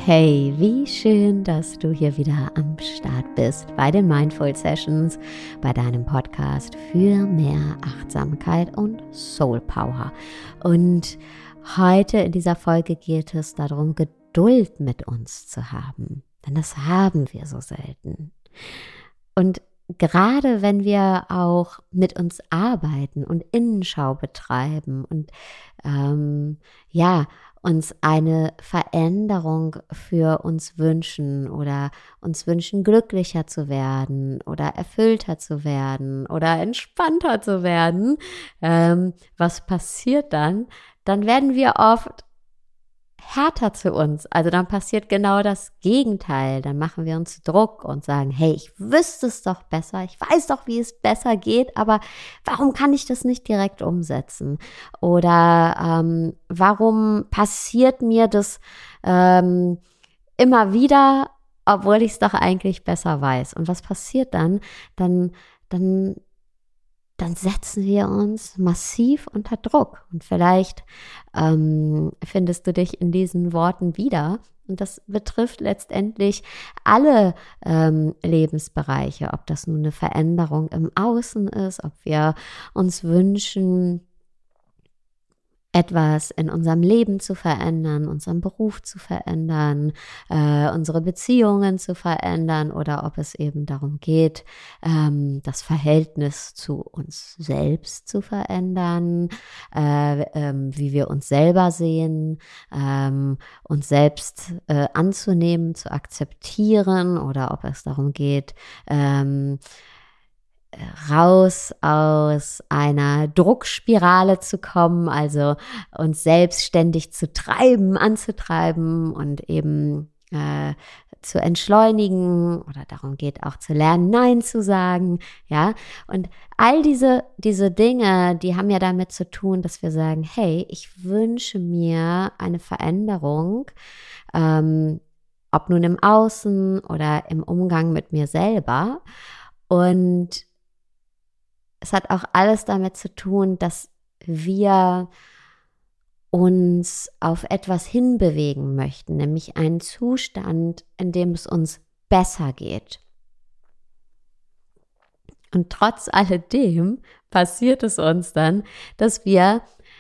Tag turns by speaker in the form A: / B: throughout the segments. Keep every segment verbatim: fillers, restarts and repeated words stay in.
A: Hey, wie schön, dass du hier wieder am Start bist bei den Mindful Sessions, bei deinem Podcast für mehr Achtsamkeit und Soul Power. Und heute in dieser Folge geht es darum, Geduld mit uns zu haben, denn das haben wir so selten. Und gerade wenn wir auch mit uns arbeiten und Innenschau betreiben und ähm, ja, uns eine Veränderung für uns wünschen oder uns wünschen, glücklicher zu werden oder erfüllter zu werden oder entspannter zu werden, ähm, was passiert dann? Dann werden wir oft härter zu uns. Also dann passiert genau das Gegenteil. Dann machen wir uns Druck und sagen, hey, ich wüsste es doch besser, ich weiß doch, wie es besser geht, aber warum kann ich das nicht direkt umsetzen? Oder ähm, warum passiert mir das ähm, immer wieder, obwohl ich es doch eigentlich besser weiß? Und was passiert dann? Dann, dann dann setzen wir uns massiv unter Druck. Und vielleicht ähm, findest du dich in diesen Worten wieder. Und das betrifft letztendlich alle ähm, Lebensbereiche, ob das nun eine Veränderung im Außen ist, ob wir uns wünschen, etwas in unserem Leben zu verändern, unseren Beruf zu verändern, äh, unsere Beziehungen zu verändern oder ob es eben darum geht, ähm, das Verhältnis zu uns selbst zu verändern, äh, ähm, wie wir uns selber sehen, ähm, uns selbst äh, anzunehmen, zu akzeptieren oder ob es darum geht, ähm, raus aus einer Druckspirale zu kommen, also uns selbst ständig zu treiben, anzutreiben und eben äh, zu entschleunigen oder darum geht auch zu lernen, Nein zu sagen, ja, und all diese, diese Dinge, die haben ja damit zu tun, dass wir sagen, hey, ich wünsche mir eine Veränderung, ähm, ob nun im Außen oder im Umgang mit mir selber, und es hat auch alles damit zu tun, dass wir uns auf etwas hinbewegen möchten, nämlich einen Zustand, in dem es uns besser geht. Und trotz alledem passiert es uns dann, dass wir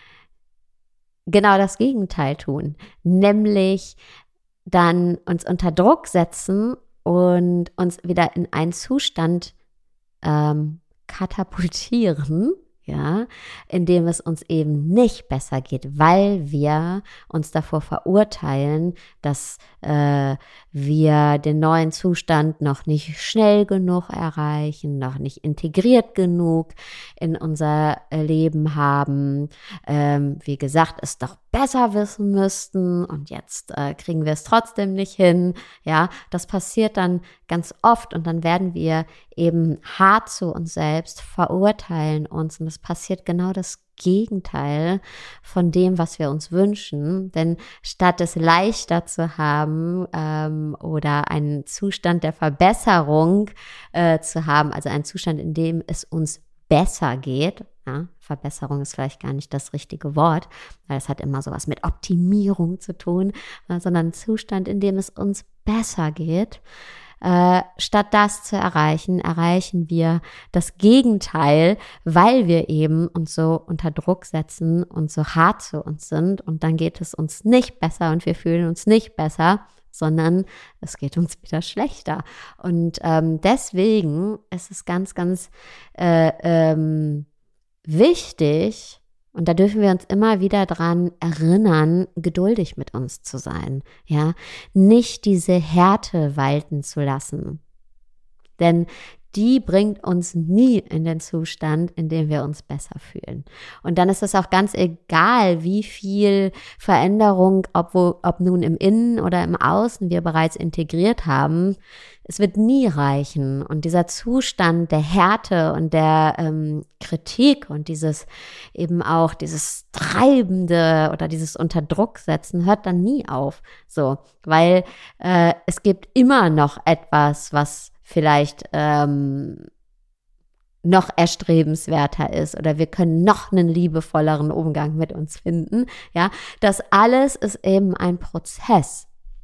A: genau das Gegenteil tun, nämlich dann uns unter Druck setzen und uns wieder in einen Zustand ähm, katapultieren, ja, indem es uns eben nicht besser geht, weil wir uns davor verurteilen, dass äh, wir den neuen Zustand noch nicht schnell genug erreichen, noch nicht integriert genug in unser Leben haben, ähm, wie gesagt, es doch besser wissen müssten und jetzt äh, kriegen wir es trotzdem nicht hin, ja, das passiert dann ganz oft und dann werden wir eben hart zu uns selbst, verurteilen uns und es passiert genau das Gegenteil von dem, was wir uns wünschen, denn statt es leichter zu haben ähm, oder einen Zustand der Verbesserung äh, zu haben, also einen Zustand, in dem es uns besser geht, ja, Verbesserung ist vielleicht gar nicht das richtige Wort, weil es hat immer sowas mit Optimierung zu tun, äh, sondern ein Zustand, in dem es uns besser geht. Äh, statt das zu erreichen, erreichen wir das Gegenteil, weil wir eben uns so unter Druck setzen und so hart zu uns sind und dann geht es uns nicht besser und wir fühlen uns nicht besser, sondern es geht uns wieder schlechter. Und ähm, deswegen ist es ganz, ganz äh, ähm, wichtig, und da dürfen wir uns immer wieder dran erinnern, geduldig mit uns zu sein, ja, nicht diese Härte walten zu lassen, denn die bringt uns nie in den Zustand, in dem wir uns besser fühlen. Und dann ist es auch ganz egal, wie viel Veränderung, ob, wo, ob nun im Innen oder im Außen wir bereits integriert haben, es wird nie reichen. Und dieser Zustand der Härte und der ähm, Kritik und dieses eben auch dieses Treibende oder dieses Unterdrucksetzen hört dann nie auf. So, weil äh, es gibt immer noch etwas, was vielleicht ähm, noch erstrebenswerter ist oder wir können noch einen liebevolleren Umgang mit uns finden. Ja, das alles ist eben ein Prozess.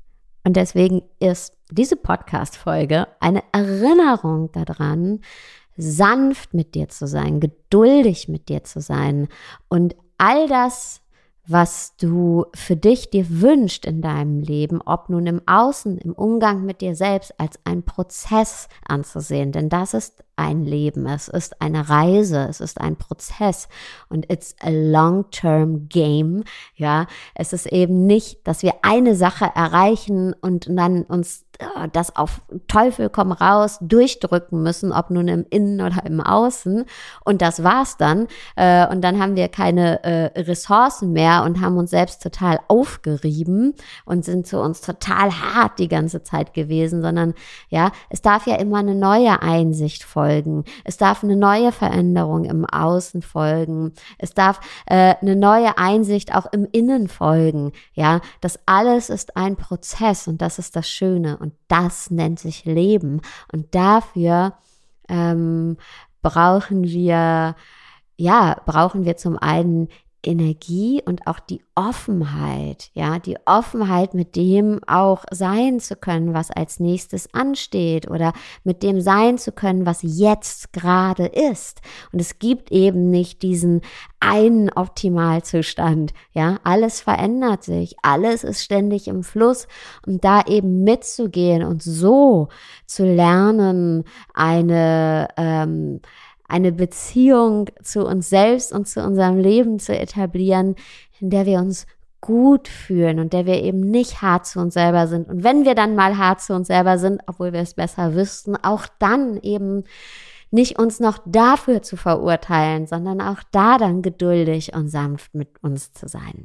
A: Und deswegen ist diese Podcast-Folge eine Erinnerung daran, sanft mit dir zu sein, geduldig mit dir zu sein und all das, was du für dich dir wünschst in deinem Leben, ob nun im Außen, im Umgang mit dir selbst, als einen Prozess anzusehen. Denn das ist ein Leben, es ist eine Reise, es ist ein Prozess und it's a long-term game. Ja, es ist eben nicht, dass wir eine Sache erreichen und dann uns das auf Teufel komm raus durchdrücken müssen, ob nun im Innen oder im Außen, und das war's dann, äh, und dann haben wir keine äh, Ressourcen mehr und haben uns selbst total aufgerieben und sind zu uns total hart die ganze Zeit gewesen, sondern ja, es darf ja immer eine neue Einsicht folgen, es darf eine neue Veränderung im Außen folgen, es darf äh, eine neue Einsicht auch im Innen folgen, ja, das alles ist ein Prozess und das ist das Schöne. Und das nennt sich Leben. Und dafür ähm, brauchen wir, ja, brauchen wir zum einen Energie und auch die Offenheit, ja, die Offenheit, mit dem auch sein zu können, was als nächstes ansteht oder mit dem sein zu können, was jetzt gerade ist. Und es gibt eben nicht diesen einen Optimalzustand, ja, alles verändert sich, alles ist ständig im Fluss und da eben mitzugehen und so zu lernen, eine, ähm, eine Beziehung zu uns selbst und zu unserem Leben zu etablieren, in der wir uns gut fühlen und der wir eben nicht hart zu uns selber sind. Und wenn wir dann mal hart zu uns selber sind, obwohl wir es besser wüssten, auch dann eben nicht uns noch dafür zu verurteilen, sondern auch da dann geduldig und sanft mit uns zu sein.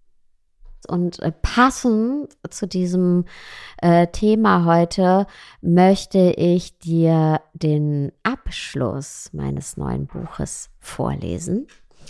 A: Und äh, passend zu diesem äh, Thema heute möchte ich dir den Abschluss meines neuen Buches vorlesen.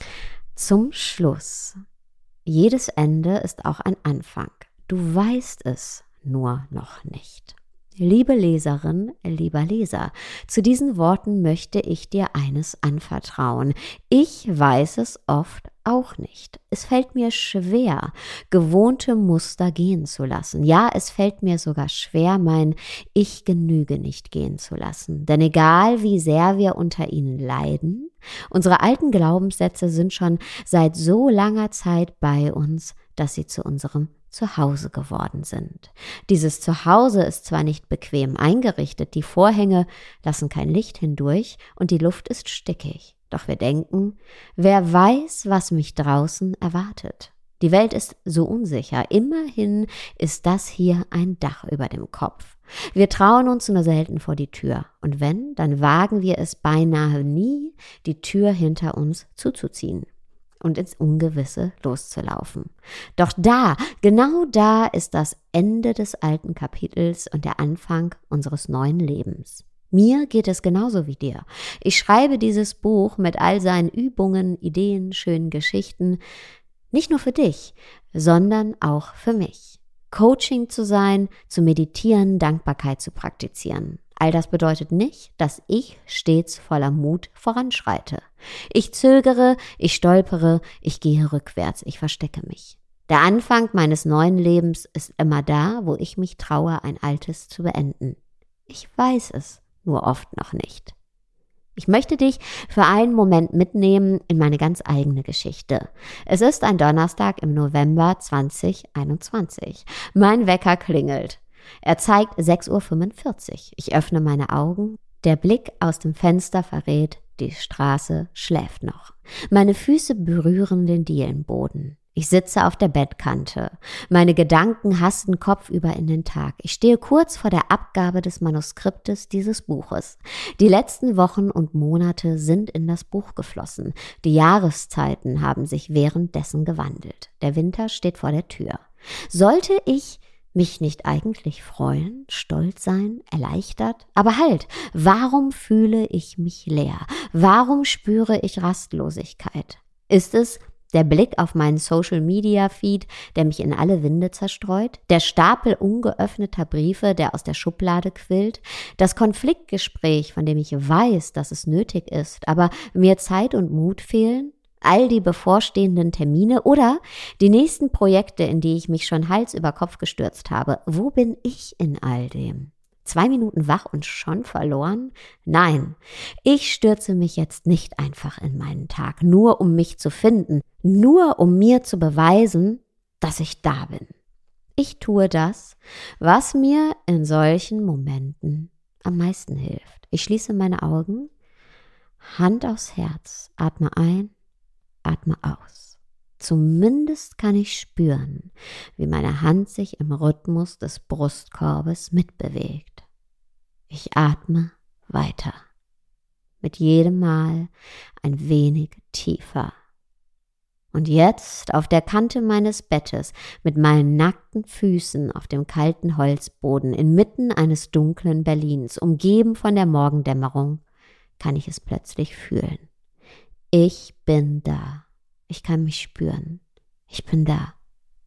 A: Zum Schluss. Jedes Ende ist auch ein Anfang. Du weißt es nur noch nicht. Liebe Leserin, lieber Leser, zu diesen Worten möchte ich dir eines anvertrauen. Ich weiß es oft auch nicht. Es fällt mir schwer, gewohnte Muster gehen zu lassen. Ja, es fällt mir sogar schwer, mein Ich genüge nicht gehen zu lassen. Denn egal, wie sehr wir unter ihnen leiden, unsere alten Glaubenssätze sind schon seit so langer Zeit bei uns, dass sie zu unserem Zuhause geworden sind. Dieses Zuhause ist zwar nicht bequem eingerichtet, die Vorhänge lassen kein Licht hindurch und die Luft ist stickig. Doch wir denken, wer weiß, was mich draußen erwartet. Die Welt ist so unsicher. Immerhin ist das hier ein Dach über dem Kopf. Wir trauen uns nur selten vor die Tür. Und wenn, dann wagen wir es beinahe nie, die Tür hinter uns zuzuziehen und ins Ungewisse loszulaufen. Doch da, genau da ist das Ende des alten Kapitels und der Anfang unseres neuen Lebens. Mir geht es genauso wie dir. Ich schreibe dieses Buch mit all seinen Übungen, Ideen, schönen Geschichten, nicht nur für dich, sondern auch für mich. Coaching zu sein, zu meditieren, Dankbarkeit zu praktizieren. All das bedeutet nicht, dass ich stets voller Mut voranschreite. Ich zögere, ich stolpere, ich gehe rückwärts, ich verstecke mich. Der Anfang meines neuen Lebens ist immer da, wo ich mich traue, ein altes zu beenden. Ich weiß es nur oft noch nicht. Ich möchte dich für einen Moment mitnehmen in meine ganz eigene Geschichte. Es ist ein Donnerstag im November zwanzig einundzwanzig. Mein Wecker klingelt. Er zeigt sechs Uhr fünfundvierzig. Ich öffne meine Augen. Der Blick aus dem Fenster verrät, die Straße schläft noch. Meine Füße berühren den Dielenboden. Ich sitze auf der Bettkante. Meine Gedanken hasten kopfüber in den Tag. Ich stehe kurz vor der Abgabe des Manuskriptes dieses Buches. Die letzten Wochen und Monate sind in das Buch geflossen. Die Jahreszeiten haben sich währenddessen gewandelt. Der Winter steht vor der Tür. Sollte ich mich nicht eigentlich freuen, stolz sein, erleichtert? Aber halt, warum fühle ich mich leer? Warum spüre ich Rastlosigkeit? Ist es der Blick auf meinen Social-Media-Feed, der mich in alle Winde zerstreut? Der Stapel ungeöffneter Briefe, der aus der Schublade quillt? Das Konfliktgespräch, von dem ich weiß, dass es nötig ist, aber mir Zeit und Mut fehlen? all die bevorstehenden Termine oder die nächsten Projekte, in die ich mich schon Hals über Kopf gestürzt habe. Wo bin ich in all dem? Zwei Minuten wach und schon verloren? Nein, ich stürze mich jetzt nicht einfach in meinen Tag, nur um mich zu finden, nur um mir zu beweisen, dass ich da bin. Ich tue das, was mir in solchen Momenten am meisten hilft. Ich schließe meine Augen, Hand aufs Herz, atme ein, atme aus. Zumindest kann ich spüren, wie meine Hand sich im Rhythmus des Brustkorbes mitbewegt. Ich atme weiter. Mit jedem Mal ein wenig tiefer. Und jetzt auf der Kante meines Bettes mit meinen nackten Füßen auf dem kalten Holzboden inmitten eines dunklen Berlins, umgeben von der Morgendämmerung, kann ich es plötzlich fühlen. Ich bin da. Ich kann mich spüren. Ich bin da.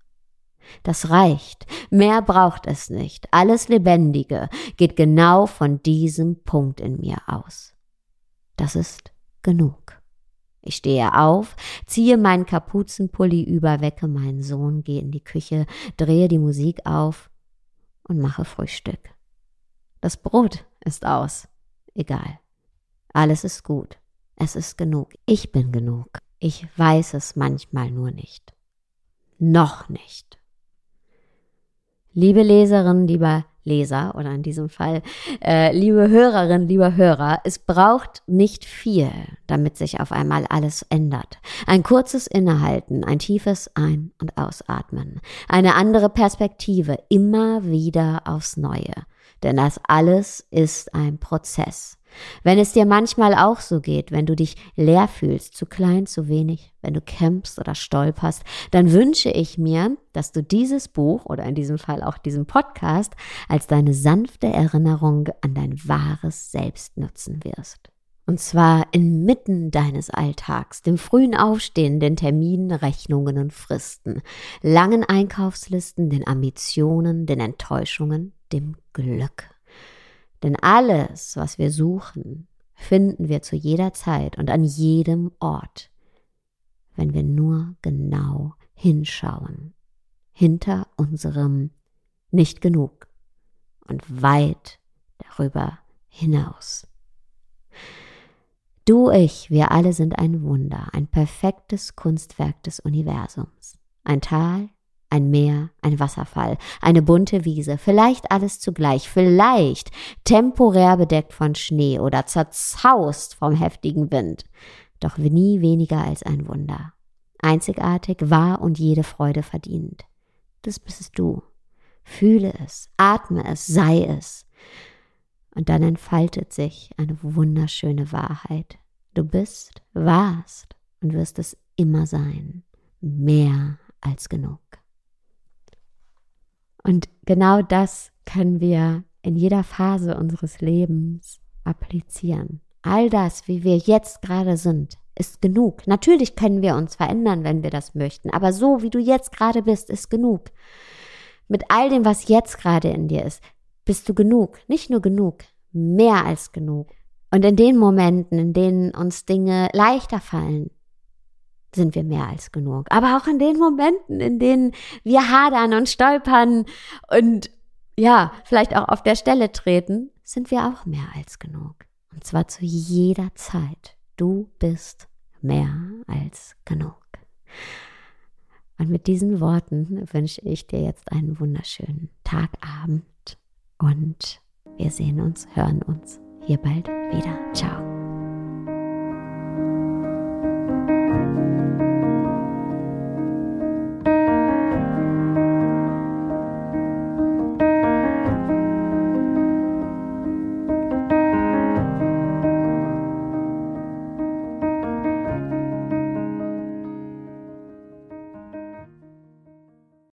A: Das reicht. Mehr braucht es nicht. Alles Lebendige geht genau von diesem Punkt in mir aus. Das ist genug. Ich stehe auf, ziehe meinen Kapuzenpulli über, wecke meinen Sohn, gehe in die Küche, drehe die Musik auf und mache Frühstück. Das Brot ist aus. Egal. Alles ist gut. Es ist genug. Ich bin genug. Ich weiß es manchmal nur nicht. Noch nicht. Liebe Leserin, lieber Leser oder in diesem Fall äh, liebe Hörerin, lieber Hörer, es braucht nicht viel, damit sich auf einmal alles ändert. Ein kurzes Innehalten, ein tiefes Ein- und Ausatmen, eine andere Perspektive, immer wieder aufs Neue. Denn das alles ist ein Prozess. Wenn es dir manchmal auch so geht, wenn du dich leer fühlst, zu klein, zu wenig, wenn du kämpfst oder stolperst, dann wünsche ich mir, dass du dieses Buch oder in diesem Fall auch diesen Podcast als deine sanfte Erinnerung an dein wahres Selbst nutzen wirst. Und zwar inmitten deines Alltags, dem frühen Aufstehen, den Terminen, Rechnungen und Fristen, langen Einkaufslisten, den Ambitionen, den Enttäuschungen, dem Glück. Denn alles, was wir suchen, finden wir zu jeder Zeit und an jedem Ort, wenn wir nur genau hinschauen, hinter unserem nicht genug und weit darüber hinaus. Du, ich, wir alle sind ein Wunder, ein perfektes Kunstwerk des Universums. Ein Tal, ein Meer, ein Wasserfall, eine bunte Wiese, vielleicht alles zugleich, vielleicht temporär bedeckt von Schnee oder zerzaust vom heftigen Wind, doch nie weniger als ein Wunder. Einzigartig, wahr und jede Freude verdient. Das bist du. Fühle es, atme es, sei es. Und dann entfaltet sich eine wunderschöne Wahrheit. Du bist, warst und wirst es immer sein. Mehr als genug. Und genau das können wir in jeder Phase unseres Lebens applizieren. All das, wie wir jetzt gerade sind, ist genug. Natürlich können wir uns verändern, wenn wir das möchten, aber so, wie du jetzt gerade bist, ist genug. Mit all dem, was jetzt gerade in dir ist, bist du genug. Nicht nur genug, mehr als genug. Und in den Momenten, in denen uns Dinge leichter fallen, sind wir mehr als genug. Aber auch in den Momenten, in denen wir hadern und stolpern und ja, vielleicht auch auf der Stelle treten, sind wir auch mehr als genug. Und zwar zu jeder Zeit. Du bist mehr als genug. Und mit diesen Worten wünsche ich dir jetzt einen wunderschönen Tagabend und wir sehen uns, hören uns hier bald wieder. Ciao.